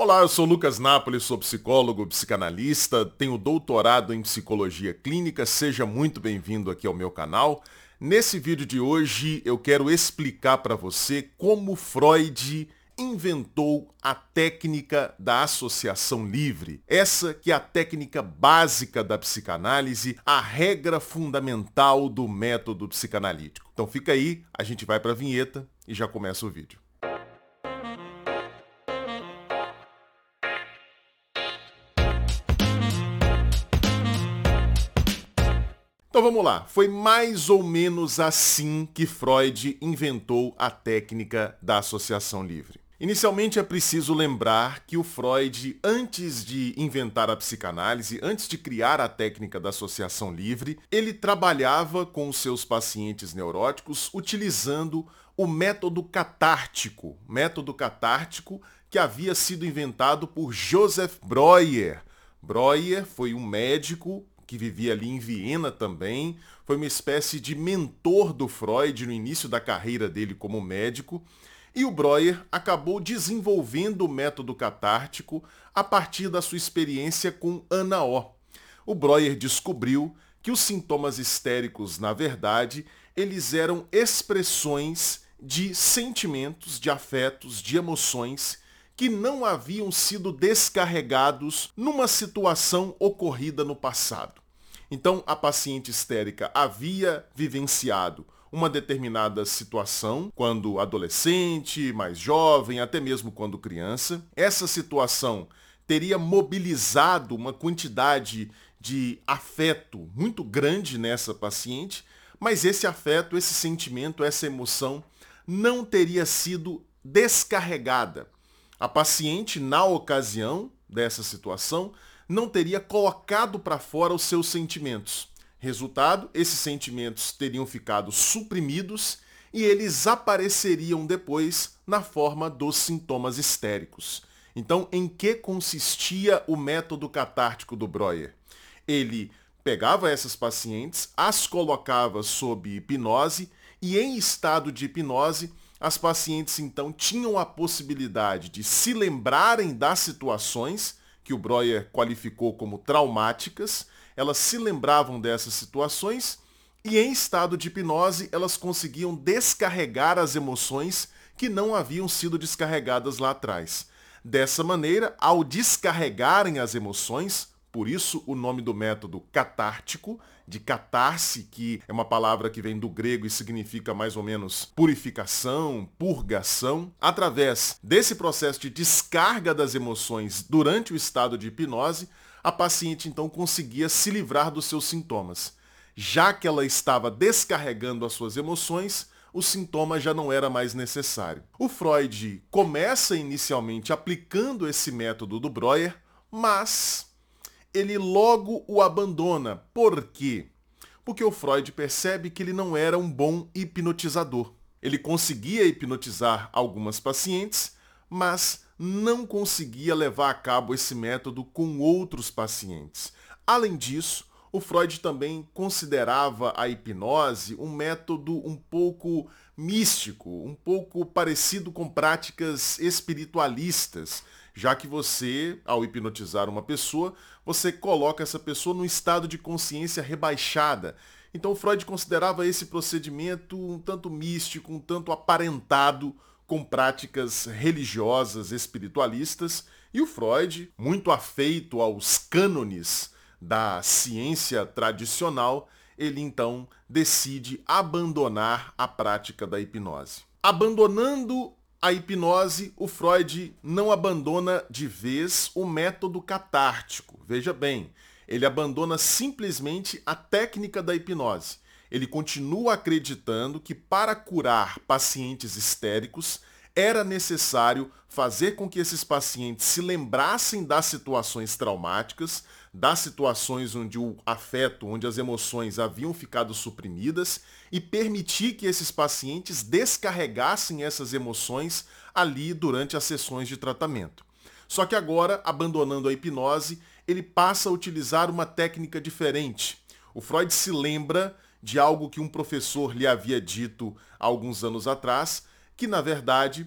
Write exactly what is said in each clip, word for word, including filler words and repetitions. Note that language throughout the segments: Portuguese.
Olá, eu sou Lucas Napoli, sou psicólogo, psicanalista, tenho doutorado em psicologia clínica, seja muito bem-vindo aqui ao meu canal. Nesse vídeo de hoje eu quero explicar para você como Freud inventou a técnica da associação livre. Essa que é a técnica básica da psicanálise, a regra fundamental do método psicanalítico. Então fica aí, a gente vai para a vinheta e já começa o vídeo. Então vamos lá, foi mais ou menos assim que Freud inventou a técnica da associação livre. Inicialmente é preciso lembrar que o Freud, antes de inventar a psicanálise, antes de criar a técnica da associação livre, ele trabalhava com os seus pacientes neuróticos utilizando o método catártico, método catártico que havia sido inventado por Joseph Breuer. Breuer foi um médico que vivia ali em Viena também, foi uma espécie de mentor do Freud no início da carreira dele como médico, e o Breuer acabou desenvolvendo o método catártico a partir da sua experiência com Ana O. O Breuer descobriu que os sintomas histéricos, na verdade, eles eram expressões de sentimentos, de afetos, de emoções que não haviam sido descarregados numa situação ocorrida no passado. Então, a paciente histérica havia vivenciado uma determinada situação, quando adolescente, mais jovem, até mesmo quando criança. Essa situação teria mobilizado uma quantidade de afeto muito grande nessa paciente, mas esse afeto, esse sentimento, essa emoção não teria sido descarregada. A paciente, na ocasião dessa situação, não teria colocado para fora os seus sentimentos. Resultado, esses sentimentos teriam ficado suprimidos e eles apareceriam depois na forma dos sintomas histéricos. Então, em que consistia o método catártico do Breuer? Ele pegava essas pacientes, as colocava sob hipnose e, em estado de hipnose, as pacientes, então, tinham a possibilidade de se lembrarem das situações que o Breuer qualificou como traumáticas, elas se lembravam dessas situações e, em estado de hipnose, elas conseguiam descarregar as emoções que não haviam sido descarregadas lá atrás. Dessa maneira, ao descarregarem as emoções, por isso o nome do método catártico, de catarse, que é uma palavra que vem do grego e significa mais ou menos purificação, purgação. Através desse processo de descarga das emoções durante o estado de hipnose, a paciente então conseguia se livrar dos seus sintomas. Já que ela estava descarregando as suas emoções, o sintoma já não era mais necessário. O Freud começa inicialmente aplicando esse método do Breuer, mas ele logo o abandona. Por quê? Porque o Freud percebe que ele não era um bom hipnotizador. Ele conseguia hipnotizar algumas pacientes, mas não conseguia levar a cabo esse método com outros pacientes. Além disso, o Freud também considerava a hipnose um método um pouco místico, um pouco parecido com práticas espiritualistas, já que você, ao hipnotizar uma pessoa, você coloca essa pessoa num estado de consciência rebaixada. Então Freud considerava esse procedimento um tanto místico, um tanto aparentado com práticas religiosas espiritualistas, e o Freud, muito afeito aos cânones da ciência tradicional, ele então decide abandonar a prática da hipnose. Abandonando a hipnose, o Freud não abandona de vez o método catártico. Veja bem, ele abandona simplesmente a técnica da hipnose. Ele continua acreditando que para curar pacientes histéricos era necessário fazer com que esses pacientes se lembrassem das situações traumáticas, das situações onde o afeto, onde as emoções haviam ficado suprimidas, e permitir que esses pacientes descarregassem essas emoções ali durante as sessões de tratamento. Só que agora, abandonando a hipnose, ele passa a utilizar uma técnica diferente. O Freud se lembra de algo que um professor lhe havia dito há alguns anos atrás, que na verdade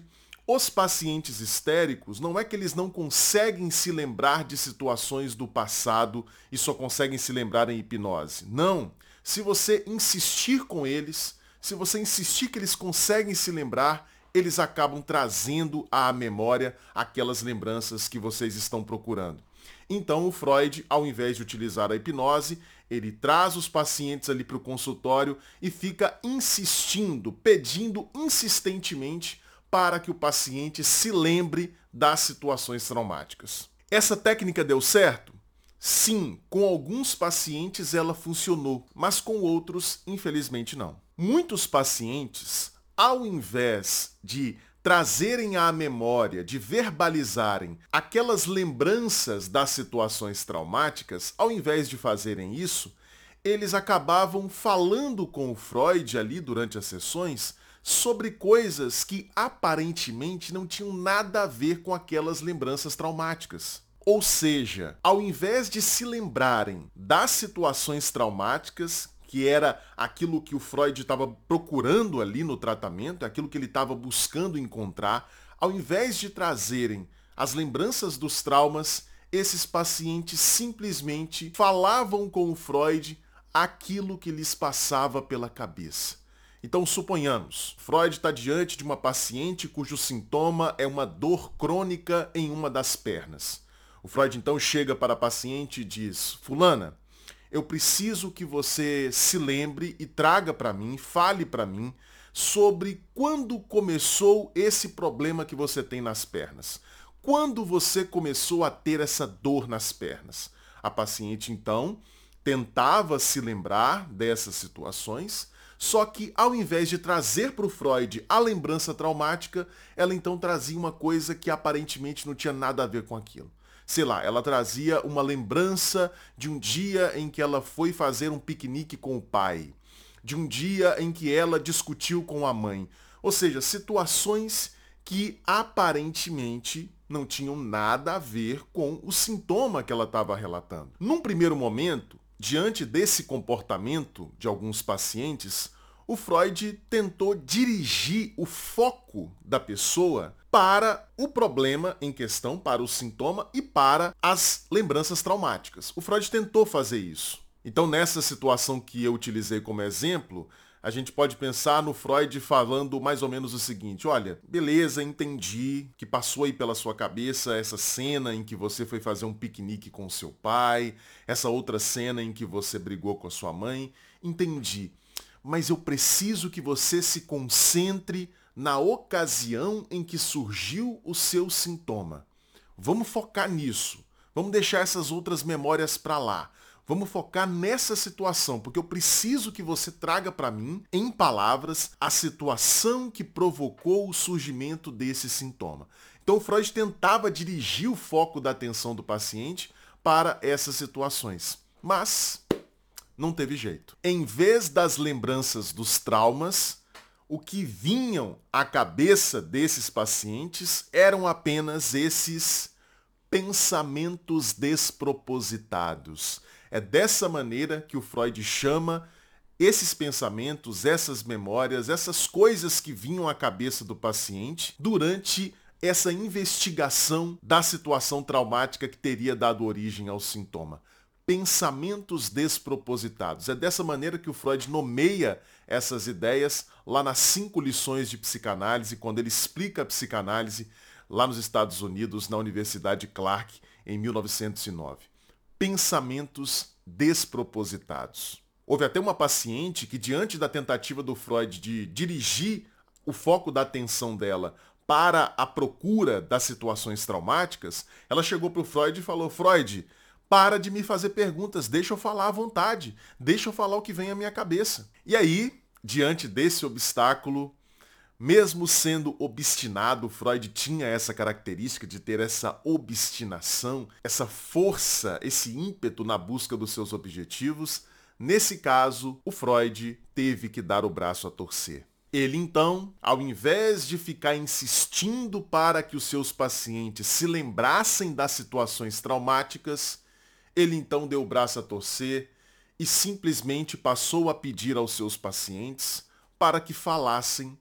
Os pacientes histéricos, não é que eles não conseguem se lembrar de situações do passado e só conseguem se lembrar em hipnose. Não. Se você insistir com eles, se você insistir que eles conseguem se lembrar, eles acabam trazendo à memória aquelas lembranças que vocês estão procurando. Então o Freud, ao invés de utilizar a hipnose, ele traz os pacientes ali para o consultório e fica insistindo, pedindo insistentemente para que o paciente se lembre das situações traumáticas. Essa técnica deu certo? Sim, com alguns pacientes ela funcionou, mas com outros, infelizmente, não. Muitos pacientes, ao invés de trazerem à memória, de verbalizarem aquelas lembranças das situações traumáticas, ao invés de fazerem isso, eles acabavam falando com o Freud ali durante as sessões sobre coisas que aparentemente não tinham nada a ver com aquelas lembranças traumáticas. Ou seja, ao invés de se lembrarem das situações traumáticas, que era aquilo que o Freud estava procurando ali no tratamento, aquilo que ele estava buscando encontrar, ao invés de trazerem as lembranças dos traumas, esses pacientes simplesmente falavam com o Freud aquilo que lhes passava pela cabeça. Então, suponhamos, Freud está diante de uma paciente cujo sintoma é uma dor crônica em uma das pernas. O Freud então chega para a paciente e diz: fulana, eu preciso que você se lembre e traga para mim, fale para mim sobre quando começou esse problema que você tem nas pernas. Quando você começou a ter essa dor nas pernas? A paciente então tentava se lembrar dessas situações, só que ao invés de trazer para o Freud a lembrança traumática, ela então trazia uma coisa que aparentemente não tinha nada a ver com aquilo. Sei lá, ela trazia uma lembrança de um dia em que ela foi fazer um piquenique com o pai, de um dia em que ela discutiu com a mãe. Ou seja, situações que aparentemente não tinham nada a ver com o sintoma que ela estava relatando. Num primeiro momento, diante desse comportamento de alguns pacientes, o Freud tentou dirigir o foco da pessoa para o problema em questão, para o sintoma e para as lembranças traumáticas. O Freud tentou fazer isso. Então, nessa situação que eu utilizei como exemplo, a gente pode pensar no Freud falando mais ou menos o seguinte: olha, beleza, entendi que passou aí pela sua cabeça essa cena em que você foi fazer um piquenique com o seu pai, essa outra cena em que você brigou com a sua mãe, entendi. Mas eu preciso que você se concentre na ocasião em que surgiu o seu sintoma. Vamos focar nisso. Vamos deixar essas outras memórias para lá. Vamos focar nessa situação, porque eu preciso que você traga para mim, em palavras, a situação que provocou o surgimento desse sintoma. Então, Freud tentava dirigir o foco da atenção do paciente para essas situações, mas não teve jeito. Em vez das lembranças dos traumas, o que vinham à cabeça desses pacientes eram apenas esses pensamentos despropositados. É dessa maneira que o Freud chama esses pensamentos, essas memórias, essas coisas que vinham à cabeça do paciente durante essa investigação da situação traumática que teria dado origem ao sintoma. Pensamentos despropositados. É dessa maneira que o Freud nomeia essas ideias lá nas cinco lições de psicanálise, quando ele explica a psicanálise lá nos Estados Unidos, na Universidade Clark, em mil novecentos e nove. Pensamentos despropositados. Houve até uma paciente que, diante da tentativa do Freud de dirigir o foco da atenção dela para a procura das situações traumáticas, ela chegou para o Freud e falou: Freud, para de me fazer perguntas, deixa eu falar à vontade, deixa eu falar o que vem à minha cabeça. E aí, diante desse obstáculo, mesmo sendo obstinado, Freud tinha essa característica de ter essa obstinação, essa força, esse ímpeto na busca dos seus objetivos. Nesse caso, o Freud teve que dar o braço a torcer. Ele, então, ao invés de ficar insistindo para que os seus pacientes se lembrassem das situações traumáticas, ele então deu o braço a torcer e simplesmente passou a pedir aos seus pacientes para que falassem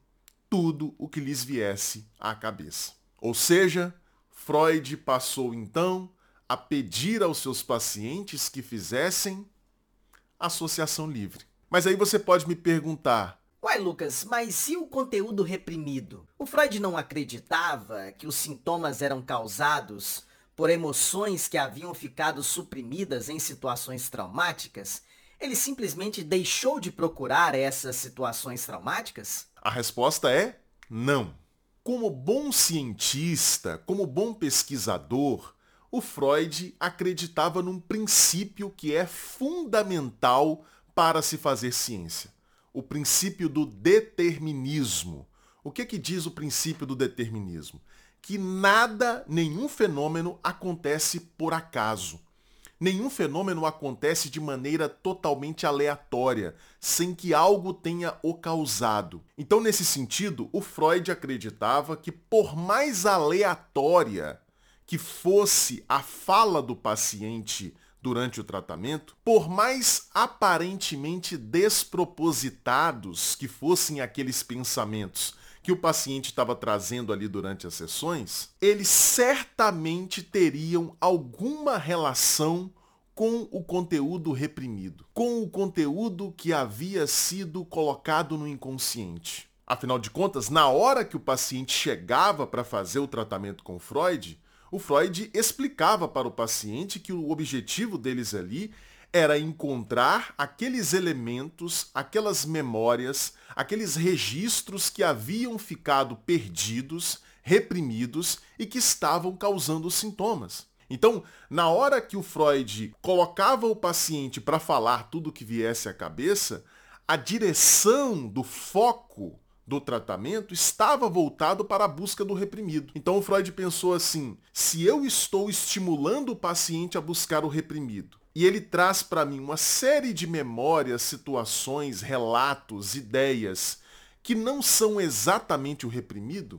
tudo o que lhes viesse à cabeça. Ou seja, Freud passou então a pedir aos seus pacientes que fizessem associação livre. Mas aí você pode me perguntar: Uai, Lucas, mas e o conteúdo reprimido? O Freud não acreditava que os sintomas eram causados por emoções que haviam ficado suprimidas em situações traumáticas? Ele simplesmente deixou de procurar essas situações traumáticas? A resposta é não. Como bom cientista, como bom pesquisador, o Freud acreditava num princípio que é fundamental para se fazer ciência: o princípio do determinismo. O que que diz o princípio do determinismo? Que nada, nenhum fenômeno acontece por acaso. Nenhum fenômeno acontece de maneira totalmente aleatória, sem que algo tenha o causado. Então, nesse sentido, o Freud acreditava que, por mais aleatória que fosse a fala do paciente durante o tratamento, por mais aparentemente despropositados que fossem aqueles pensamentos que o paciente estava trazendo ali durante as sessões, eles certamente teriam alguma relação com o conteúdo reprimido, com o conteúdo que havia sido colocado no inconsciente. Afinal de contas, na hora que o paciente chegava para fazer o tratamento com Freud, o Freud explicava para o paciente que o objetivo deles ali era encontrar aqueles elementos, aquelas memórias, aqueles registros que haviam ficado perdidos, reprimidos e que estavam causando sintomas. Então, na hora que o Freud colocava o paciente para falar tudo o que viesse à cabeça, a direção do foco do tratamento estava voltado para a busca do reprimido. Então o Freud pensou assim: se eu estou estimulando o paciente a buscar o reprimido, e ele traz para mim uma série de memórias, situações, relatos, ideias que não são exatamente o reprimido,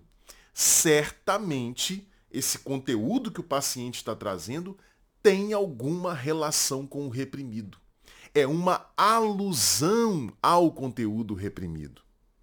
certamente esse conteúdo que o paciente está trazendo tem alguma relação com o reprimido. É uma alusão ao conteúdo reprimido.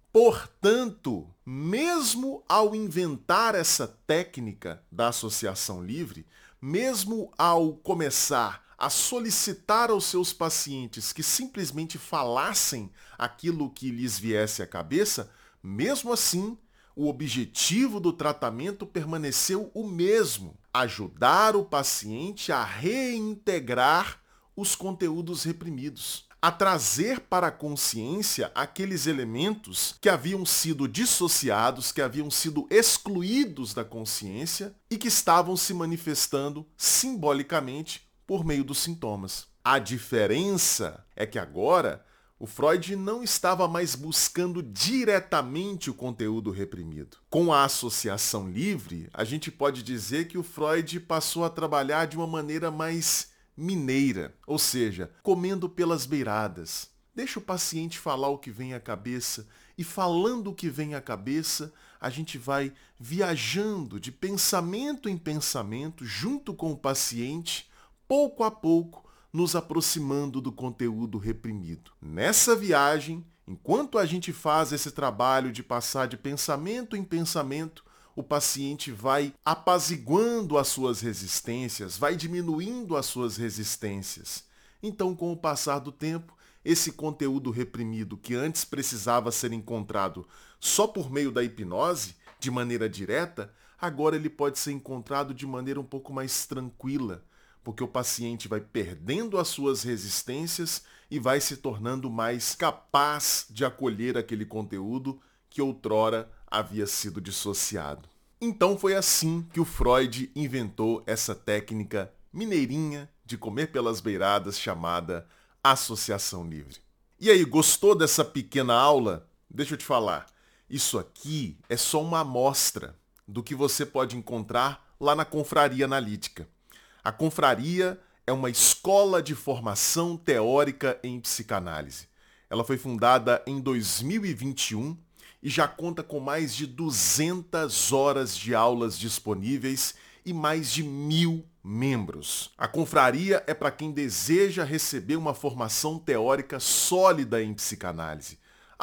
Portanto, mesmo ao inventar essa técnica da associação livre, mesmo ao começar a solicitar aos seus pacientes que simplesmente falassem aquilo que lhes viesse à cabeça, mesmo assim, o objetivo do tratamento permaneceu o mesmo: ajudar o paciente a reintegrar os conteúdos reprimidos, a trazer para a consciência aqueles elementos que haviam sido dissociados, que haviam sido excluídos da consciência e que estavam se manifestando simbolicamente por meio dos sintomas. A diferença é que agora o Freud não estava mais buscando diretamente o conteúdo reprimido. Com a associação livre, a gente pode dizer que o Freud passou a trabalhar de uma maneira mais mineira, ou seja, comendo pelas beiradas. Deixa o paciente falar o que vem à cabeça e, falando o que vem à cabeça, a gente vai viajando de pensamento em pensamento junto com o paciente, pouco a pouco, nos aproximando do conteúdo reprimido. Nessa viagem, enquanto a gente faz esse trabalho de passar de pensamento em pensamento, o paciente vai apaziguando as suas resistências, vai diminuindo as suas resistências. Então, com o passar do tempo, esse conteúdo reprimido que antes precisava ser encontrado só por meio da hipnose, de maneira direta, agora ele pode ser encontrado de maneira um pouco mais tranquila, porque o paciente vai perdendo as suas resistências e vai se tornando mais capaz de acolher aquele conteúdo que outrora havia sido dissociado. Então foi assim que o Freud inventou essa técnica mineirinha de comer pelas beiradas chamada associação livre. E aí, gostou dessa pequena aula? Deixa eu te falar, isso aqui é só uma amostra do que você pode encontrar lá na Confraria Analítica. A Confraria é uma escola de formação teórica em psicanálise. Ela foi fundada em dois mil e vinte e um e já conta com mais de duzentas horas de aulas disponíveis e mais de mil membros. A confraria é para quem deseja receber uma formação teórica sólida em psicanálise,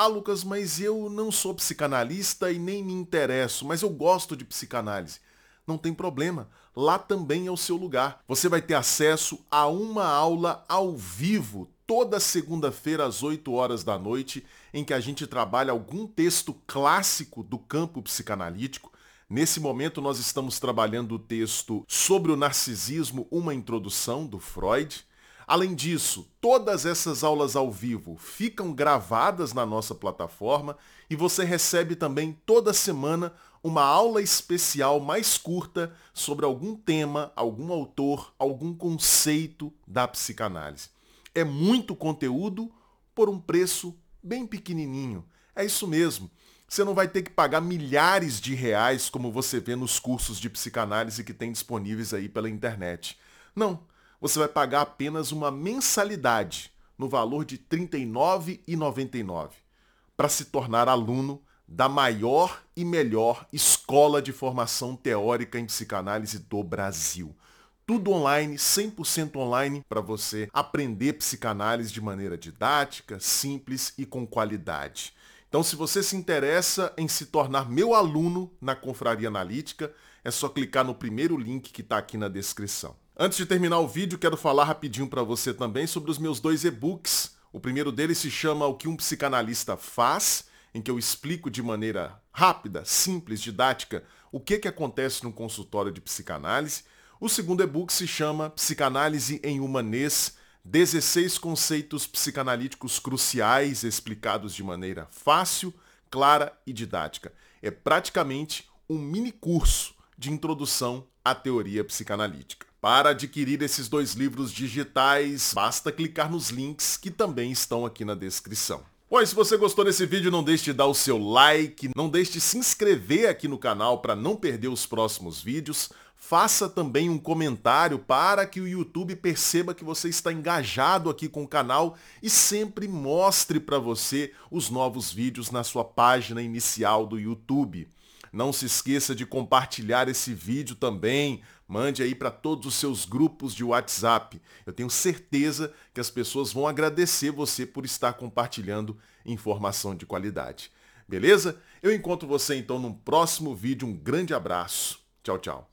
Ah, Lucas, mas eu não sou psicanalista e nem me interesso, mas eu gosto de psicanálise. Não tem problema, lá também é o seu lugar. Você vai ter acesso a uma aula ao vivo, toda segunda-feira às oito horas da noite, em que a gente trabalha algum texto clássico do campo psicanalítico. Nesse momento nós estamos trabalhando o texto Sobre o Narcisismo, uma introdução, do Freud. Além disso, todas essas aulas ao vivo ficam gravadas na nossa plataforma e você recebe também toda semana uma aula especial mais curta sobre algum tema, algum autor, algum conceito da psicanálise. É muito conteúdo por um preço bem pequenininho. É isso mesmo. Você não vai ter que pagar milhares de reais como você vê nos cursos de psicanálise que tem disponíveis aí pela internet. Não. Você vai pagar apenas uma mensalidade no valor de trinta e nove reais e noventa e nove centavos para se tornar aluno da maior e melhor escola de formação teórica em psicanálise do Brasil. Tudo online, cem por cento online, para você aprender psicanálise de maneira didática, simples e com qualidade. Então, se você se interessa em se tornar meu aluno na Confraria Analítica, é só clicar no primeiro link que está aqui na descrição. Antes de terminar o vídeo, quero falar rapidinho para você também sobre os meus dois e-books. O primeiro deles se chama O que um psicanalista faz, em que eu explico de maneira rápida, simples, didática, o que, que acontece no consultório de psicanálise. O segundo e-book se chama Psicanálise em Humanês, dezesseis conceitos psicanalíticos cruciais explicados de maneira fácil, clara e didática. É praticamente um mini curso de introdução à teoria psicanalítica. Para adquirir esses dois livros digitais, basta clicar nos links que também estão aqui na descrição. Pois, se você gostou desse vídeo, não deixe de dar o seu like, não deixe de se inscrever aqui no canal para não perder os próximos vídeos. Faça também um comentário para que o YouTube perceba que você está engajado aqui com o canal e sempre mostre para você os novos vídeos na sua página inicial do YouTube. Não se esqueça de compartilhar esse vídeo também. Mande aí para todos os seus grupos de WhatsApp. Eu tenho certeza que as pessoas vão agradecer você por estar compartilhando informação de qualidade. Beleza? Eu encontro você então num próximo vídeo. Um grande abraço. Tchau, tchau.